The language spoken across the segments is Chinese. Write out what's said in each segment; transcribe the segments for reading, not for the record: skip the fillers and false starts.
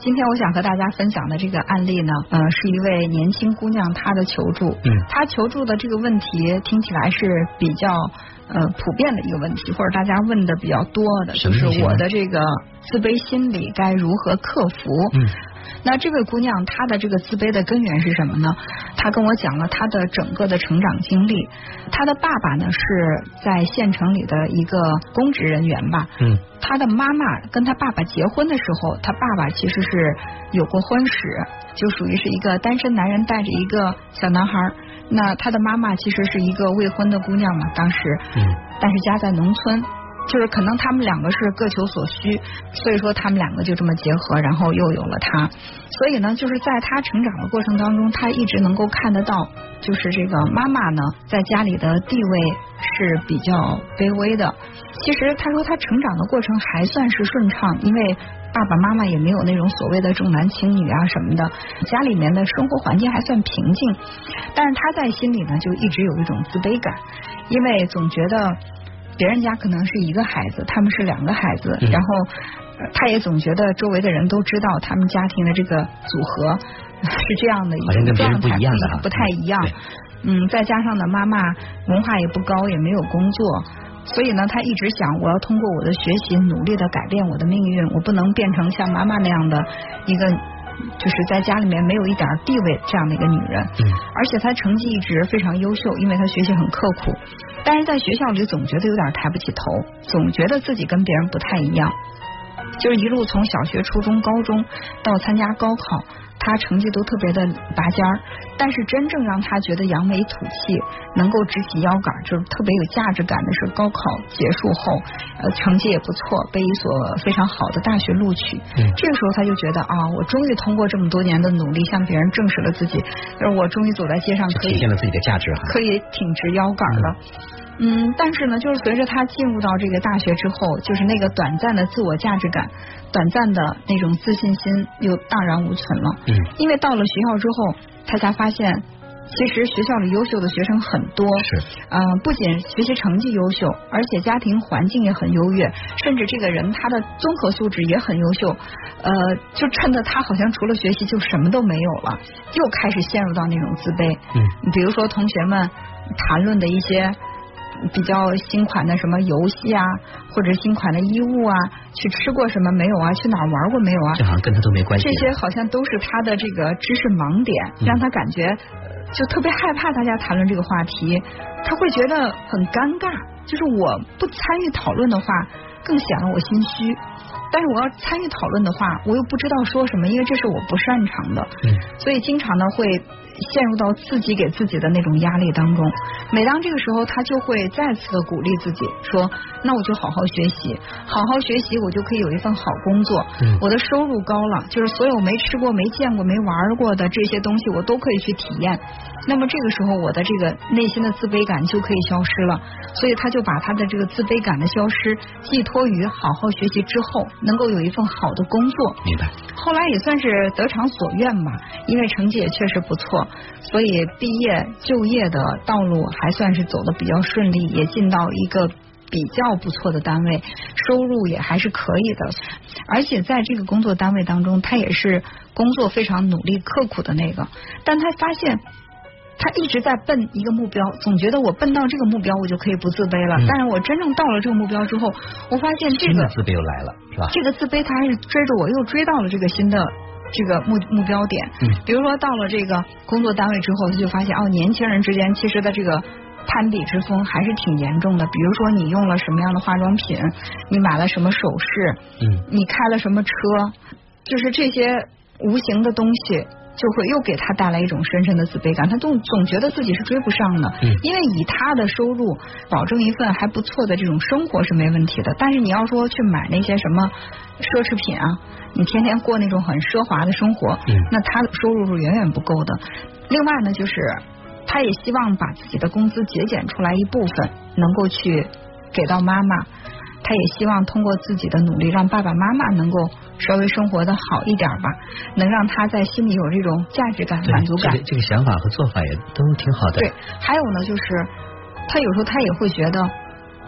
今天我想和大家分享的这个案例呢，是一位年轻姑娘她的求助。她求助的这个问题听起来是比较普遍的一个问题，或者大家问的比较多的，就是我的这个自卑心理该如何克服。那这位姑娘她的这个自卑的根源是什么呢？她跟我讲了她的整个的成长经历。她的爸爸呢是在县城里的一个公职人员吧。她的妈妈跟她爸爸结婚的时候，她爸爸其实是有过婚史，就属于是一个单身男人带着一个小男孩。那她的妈妈其实是一个未婚的姑娘嘛，当时，但是家在农村。就是可能他们两个是各求所需，所以说他们两个就这么结合，然后又有了他。所以呢，就是在他成长的过程当中，他一直能够看得到，就是这个妈妈呢在家里的地位是比较卑微的。其实他说他成长的过程还算是顺畅，因为爸爸妈妈也没有那种所谓的重男轻女啊什么的，家里面的生活环境还算平静。但是他在心里呢就一直有一种自卑感，因为总觉得别人家可能是一个孩子，他们是两个孩子，然后他也总觉得周围的人都知道他们家庭的这个组合是这样的一种状态，不太一样。再加上呢，妈妈文化也不高，也没有工作，所以呢，他一直想，我要通过我的学习努力的改变我的命运，我不能变成像妈妈那样的一个就是在家里面没有一点地位这样的一个女人。而且她成绩一直非常优秀，因为她学习很刻苦，但是在学校里总觉得有点抬不起头，总觉得自己跟别人不太一样。就是一路从小学、初中、高中到参加高考，他成绩都特别的拔尖儿，但是真正让他觉得扬眉吐气，能够直起腰杆，就是特别有价值感的是高考结束后，成绩也不错，被一所非常好的大学录取。这个时候他就觉得啊，我终于通过这么多年的努力向别人证实了自己，就是我终于走在街上可以体现了自己的价值， 可以挺直腰杆了。但是呢，就是随着他进入到这个大学之后，就是那个短暂的自我价值感，短暂的那种自信心又荡然无存了。因为到了学校之后，他才发现其实学校里优秀的学生很多，不仅学习成绩优秀，而且家庭环境也很优越，甚至这个人他的综合素质也很优秀。就趁着他好像除了学习就什么都没有了，又开始陷入到那种自卑。比如说同学们谈论的一些比较新款的什么游戏啊，或者新款的衣物啊，去吃过什么没有啊，去哪儿玩过没有啊， 这好像跟他都没关系。 这些好像都是他的这个知识盲点，让他感觉就特别害怕大家谈论这个话题，他会觉得很尴尬。就是我不参与讨论的话，更显得我心虚。但是我要参与讨论的话，我又不知道说什么，因为这是我不擅长的。所以经常呢会陷入到自己给自己的那种压力当中。每当这个时候，他就会再次的鼓励自己说，那我就好好学习，好好学习，我就可以有一份好工作，我的收入高了，就是所有没吃过、没见过、没玩过的这些东西我都可以去体验。那么这个时候我的这个内心的自卑感就可以消失了。所以他就把他的这个自卑感的消失寄托于好好学习之后能够有一份好的工作。 明白。 后来也算是得偿所愿嘛，因为成绩也确实不错，所以毕业就业的道路还算是走得比较顺利，也进到一个比较不错的单位，收入也还是可以的。而且在这个工作单位当中，他也是工作非常努力刻苦的那个，但他发现他一直在奔一个目标，总觉得我奔到这个目标我就可以不自卑了。但是我真正到了这个目标之后，我发现这个自卑又来了，是吧？ 这个自卑他还是追着我，又追到了这个新的这个目标点。比如说到了这个工作单位之后，他就发现年轻人之间其实的这个攀比之风还是挺严重的。比如说你用了什么样的化妆品，你买了什么首饰，你开了什么车，就是这些无形的东西就会又给他带来一种深深的自卑感，他总觉得自己是追不上的。因为以他的收入保证一份还不错的这种生活是没问题的，但是你要说去买那些什么奢侈品啊，你天天过那种很奢华的生活，那他的收入是远远不够的。另外呢，就是他也希望把自己的工资节俭出来一部分，能够去给到妈妈。他也希望通过自己的努力，让爸爸妈妈能够稍微生活的好一点吧，能让他在心里有这种价值感、满足感。 这个想法和做法也都挺好的。 对，还有呢，就是他有时候他也会觉得，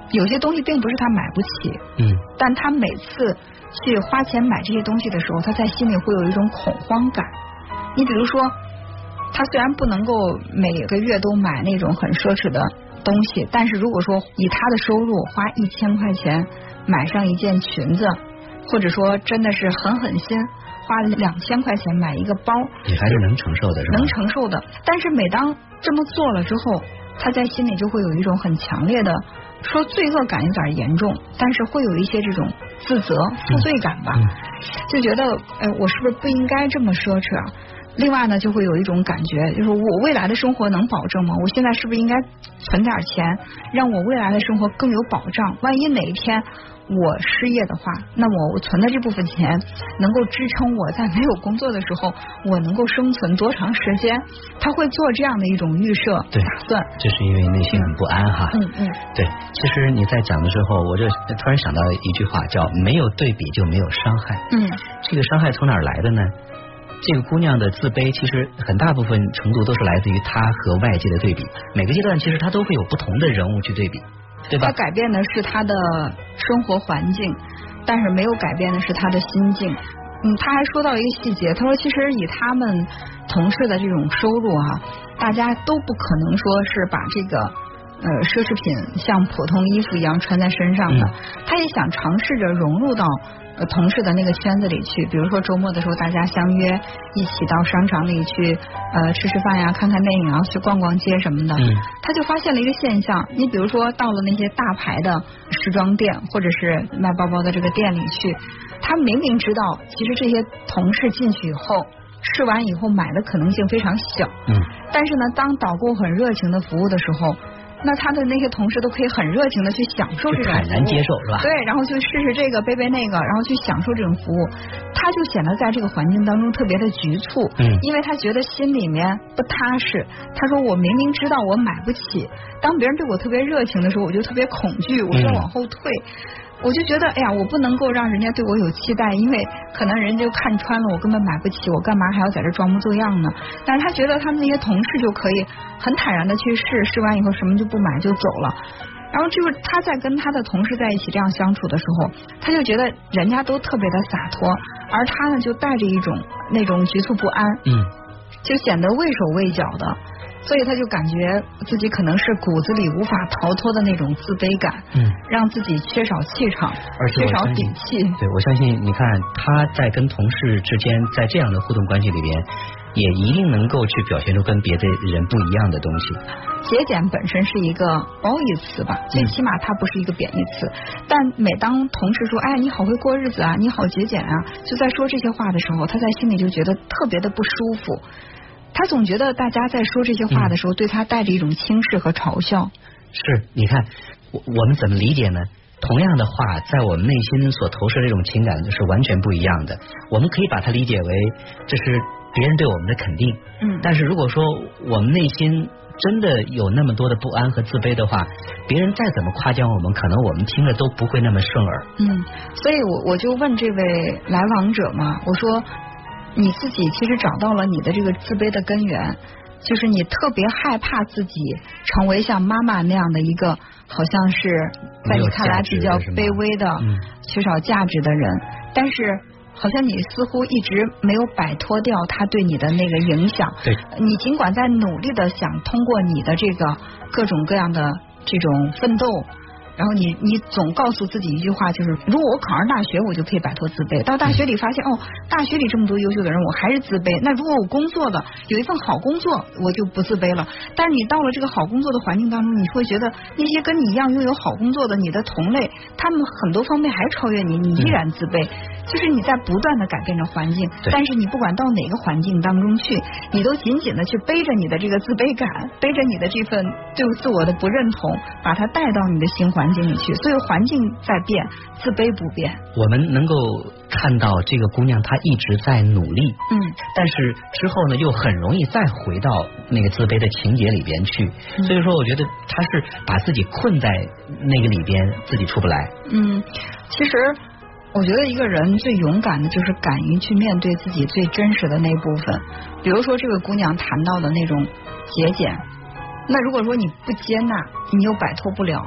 有些东西并不是他买不起，但他每次去花钱买这些东西的时候，他在心里会有一种恐慌感。你比如说，他虽然不能够每个月都买那种很奢侈的东西，但是如果说以他的收入花1000块钱买上一件裙子，或者说真的是狠心花2000块钱买一个包， 你还是能承受的，是吧？ 能承受的。但是每当这么做了之后，他在心里就会有一种很强烈的，说罪恶感有点严重，但是会有一些这种自责、负罪感吧，就觉得我是不是不应该这么奢侈啊？另外呢，就会有一种感觉，就是我未来的生活能保证吗？我现在是不是应该存点钱，让我未来的生活更有保障？万一哪一天我失业的话，那我存的这部分钱能够支撑我在没有工作的时候，我能够生存多长时间？他会做这样的一种预设打算。 这是因为内心很不安哈。对。其实你在讲的时候，我就突然想到一句话，叫没有对比就没有伤害。这个伤害从哪儿来的呢？这个姑娘的自卑其实很大部分程度都是来自于她和外界的对比，每个阶段其实她都会有不同的人物去对比，对吧？ 她改变的是她的生活环境，但是没有改变的是她的心境。他还说到一个细节，他说其实以他们同事的这种收入啊，大家都不可能说是把这个奢侈品像普通衣服一样穿在身上的，他也想尝试着融入到同事的那个圈子里去，比如说周末的时候大家相约一起到商场里去吃饭呀，看看电影啊，去逛逛街什么的。他就发现了一个现象，你比如说到了那些大牌的时装店或者是卖包包的这个店里去，他明明知道其实这些同事进去以后试完以后买的可能性非常小，但是呢当导购很热情的服务的时候，那他的那些同事都可以很热情的去享受这种服务， 坦然接受是吧？ 对，然后去试试这个背那个，然后去享受这种服务，他就显得在这个环境当中特别的局促，因为他觉得心里面不踏实。他说我明明知道我买不起，当别人对我特别热情的时候，我就特别恐惧，我就往后退。我就觉得哎呀，我不能够让人家对我有期待，因为可能人家就看穿了我根本买不起，我干嘛还要在这装模作样呢？但是他觉得他们那些同事就可以很坦然的去试完以后什么就不买就走了。然后就是他在跟他的同事在一起这样相处的时候，他就觉得人家都特别的洒脱，而他呢就带着一种那种局促不安，就显得畏手畏脚的。所以他就感觉自己可能是骨子里无法逃脱的那种自卑感，让自己缺少气场，缺少底气。 对，我相信你看他在跟同事之间在这样的互动关系里边，也一定能够去表现出跟别的人不一样的东西。 节俭本身是一个褒义词吧，最起码它不是一个贬义词，但每当同事说哎你好会过日子啊，你好节俭啊，就在说这些话的时候，他在心里就觉得特别的不舒服。他总觉得大家在说这些话的时候，对他带着一种轻视和嘲笑。 是，你看我们怎么理解呢？同样的话，在我们内心所投射的这种情感是完全不一样的。我们可以把它理解为这是别人对我们的肯定，但是如果说我们内心真的有那么多的不安和自卑的话，别人再怎么夸奖我们，可能我们听了都不会那么顺耳。 所以我就问这位来访者嘛，我说你自己其实找到了你的这个自卑的根源，就是你特别害怕自己成为像妈妈那样的一个好像是在你看来比较卑微的缺少价值的人，但是好像你似乎一直没有摆脱掉他对你的那个影响。 对， 你尽管在努力的想通过你的这个各种各样的这种奋斗，然后你总告诉自己一句话，就是如果我考上大学我就可以摆脱自卑，到大学里发现大学里这么多优秀的人我还是自卑，那如果我工作的有一份好工作我就不自卑了。但是你到了这个好工作的环境当中，你会觉得那些跟你一样拥有好工作的你的同类，他们很多方面还超越你，你依然自卑。就是你在不断的改变着环境，但是你不管到哪个环境当中去，你都紧紧的去背着你的这个自卑感，背着你的这份对自我的不认同，把它带到你的新环境里去。所以环境在变，自卑不变。 我们能够看到这个姑娘她一直在努力，但是之后呢又很容易再回到那个自卑的情节里边去，所以说我觉得她是把自己困在那个里边，自己出不来。 其实我觉得一个人最勇敢的就是敢于去面对自己最真实的那部分。比如说这个姑娘谈到的那种节俭，那如果说你不接纳，你又摆脱不了，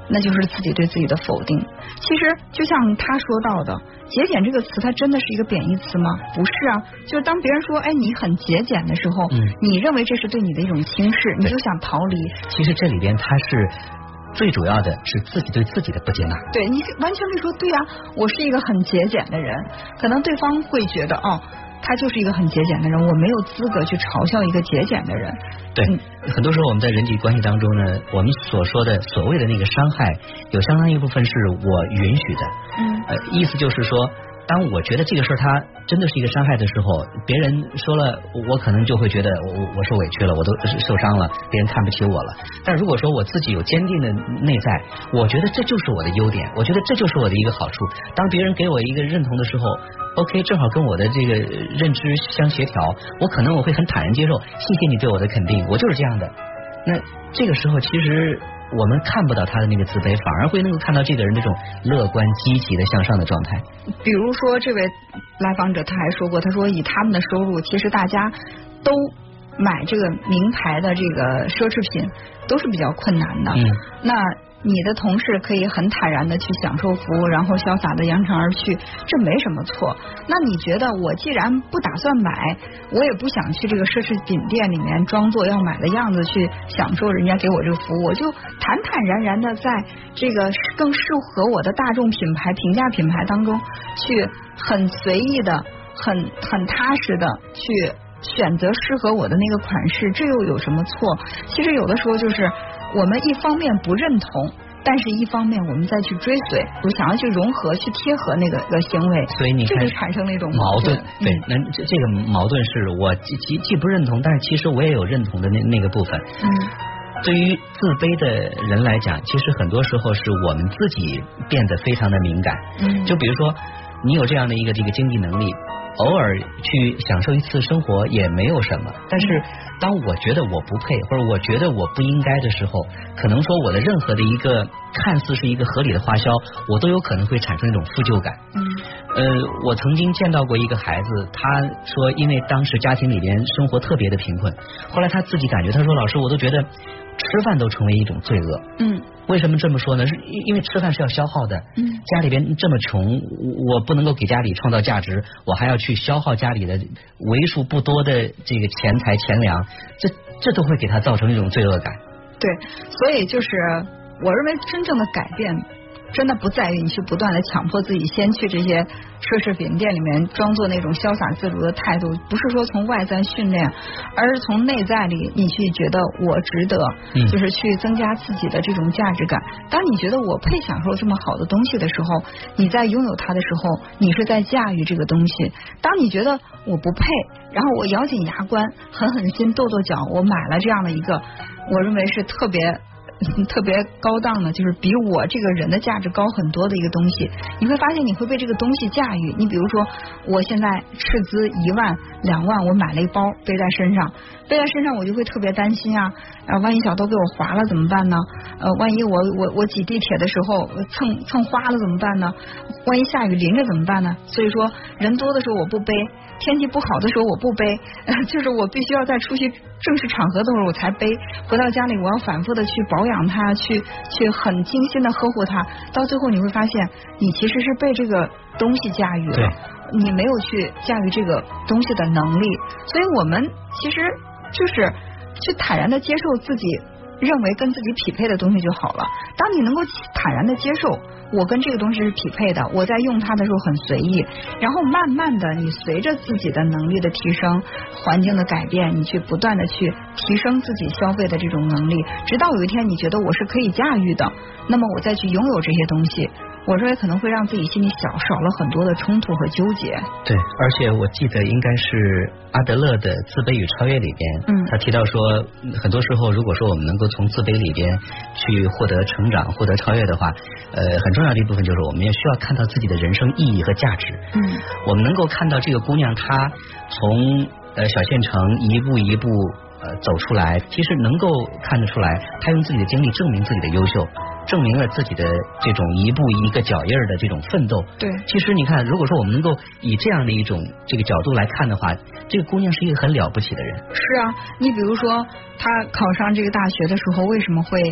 那就是自己对自己的否定。其实就像他说到的，节俭这个词它真的是一个贬义词吗？不是啊，就是当别人说哎你很节俭的时候，你认为这是对你的一种轻视，你就想逃离。 其实这里边它是最主要的是自己对自己的不接纳。 对，你完全可以说对啊，我是一个很节俭的人，可能对方会觉得哦，他就是一个很节俭的人，我没有资格去嘲笑一个节俭的人。 对，很多时候我们在人际关系当中呢，我们所说的所谓的那个伤害，有相当一部分是我允许的。意思就是说，当我觉得这个事儿它真的是一个伤害的时候，别人说了，我可能就会觉得我受委屈了，我都受伤了，别人看不起我了。但如果说我自己有坚定的内在，我觉得这就是我的优点，我觉得这就是我的一个好处。当别人给我一个认同的时候 ，OK， 正好跟我的这个认知相协调，我会很坦然接受。谢谢你对我的肯定，我就是这样的。那这个时候其实我们看不到他的那个自卑，反而会能够看到这个人这种乐观积极的向上的状态。 比如说这位来访者他还说过，他说以他们的收入，其实大家都买这个名牌的这个奢侈品都是比较困难的。那你的同事可以很坦然的去享受服务，然后潇洒的扬长而去，这没什么错。那你觉得我既然不打算买，我也不想去这个奢侈品店里面装作要买的样子去享受人家给我这个服务，我就坦坦然然的在这个更适合我的大众品牌、平价品牌当中去很随意的、很踏实的去选择适合我的那个款式，这又有什么错？其实有的时候就是我们一方面不认同，但是一方面我们再去追随，我想要去融合、去贴合那个行为， 所以你看这就产生了一种矛盾。对，那这个矛盾是我既不认同，但是其实我也有认同的那个部分。对于自卑的人来讲，其实很多时候是我们自己变得非常的敏感。就比如说你有这样的一个经济能力，偶尔去享受一次生活也没有什么，但是当我觉得我不配，或者我觉得我不应该的时候，可能说我的任何的一个看似是一个合理的花销，我都有可能会产生一种负疚感。我曾经见到过一个孩子，他说因为当时家庭里边生活特别的贫困，后来他自己感觉，他说老师，我都觉得吃饭都成为一种罪恶。为什么这么说呢？是因为吃饭是要消耗的。家里边这么穷，我不能够给家里创造价值，我还要去消耗家里的为数不多的这个钱财钱粮，这都会给他造成一种罪恶感。 对，所以就是我认为真正的改变真的不在于你去不断的强迫自己先去这些奢侈品店里面装作那种潇洒自如的态度，不是说从外在训练，而是从内在里你去觉得我值得，就是去增加自己的这种价值感。当你觉得我配享受这么好的东西的时候，你在拥有它的时候，你是在驾驭这个东西。当你觉得我不配，然后我咬紧牙关狠狠心跺跺脚，我买了这样的一个我认为是特别高档的，就是比我这个人的价值高很多的一个东西，你会发现你会被这个东西驾驭。你比如说我现在斥资1万2万，我买了一包背在身上我就会特别担心啊，万一小偷给我划了怎么办呢？万一我挤地铁的时候蹭花了怎么办呢？万一下雨淋着怎么办呢？所以说人多的时候我不背，天气不好的时候我不背，就是我必须要在出去正式场合的时候我才背，回到家里我要反复的去保养它，去很精心的呵护它，到最后你会发现你其实是被这个东西驾驭了，你没有去驾驭这个东西的能力。所以我们其实就是去坦然的接受自己认为跟自己匹配的东西就好了。当你能够坦然的接受我跟这个东西是匹配的，我在用它的时候很随意，然后慢慢的你随着自己的能力的提升，环境的改变，你去不断的去提升自己消费的这种能力，直到有一天你觉得我是可以驾驭的，那么我再去拥有这些东西，我认为可能会让自己心里少了很多的冲突和纠结。 对，而且我记得应该是阿德勒的自卑与超越里边，他提到说很多时候如果说我们能够从自卑里边去获得成长获得超越的话，很重要的一部分就是我们也需要看到自己的人生意义和价值。我们能够看到这个姑娘她从小县城一步一步走出来，其实能够看得出来她用自己的经历证明自己的优秀，证明了自己的这种一步一个脚印的这种奋斗。 对， 其实你看，如果说我们能够以这样的一种这个角度来看的话，这个姑娘是一个很了不起的人。 是啊，你比如说她考上这个大学的时候为什么会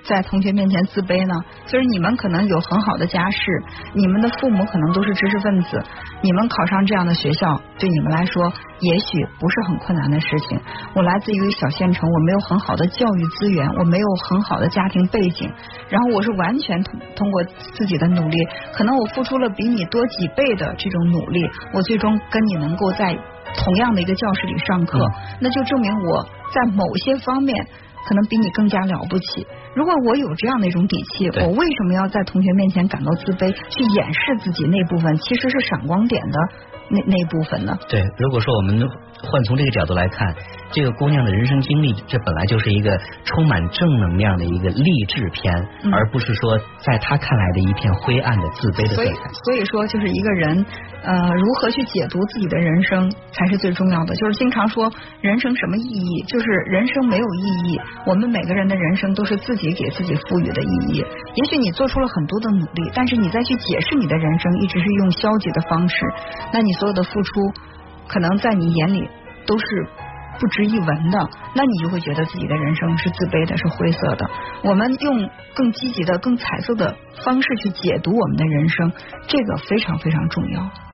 在同学面前自卑呢？就是你们可能有很好的家世，你们的父母可能都是知识分子，你们考上这样的学校，对你们来说也许不是很困难的事情。我来自于一个小县城，我没有很好的教育资源，我没有很好的家庭背景，然后我是完全通过自己的努力，可能我付出了比你多几倍的这种努力，我最终跟你能够在同样的一个教室里上课，那就证明我在某些方面可能比你更加了不起。如果我有这样的一种底气，我为什么要在同学面前感到自卑，去掩饰自己那部分其实是闪光点的那部分呢？对， 如果说我们换从这个角度来看，这个姑娘的人生经历，这本来就是一个充满正能量的一个励志片，而不是说在她看来的一片灰暗的自卑的色彩。 所以说，就是一个人如何去解读自己的人生才是最重要的。就是经常说人生什么意义，就是人生没有意义。我们每个人的人生都是自己给自己赋予的意义。也许你做出了很多的努力，但是你再去解释你的人生，一直是用消极的方式，那你所有的付出可能在你眼里都是不值一文的，那你就会觉得自己的人生是自卑的，是灰色的。我们用更积极的、更彩色的方式去解读我们的人生，这个非常非常重要。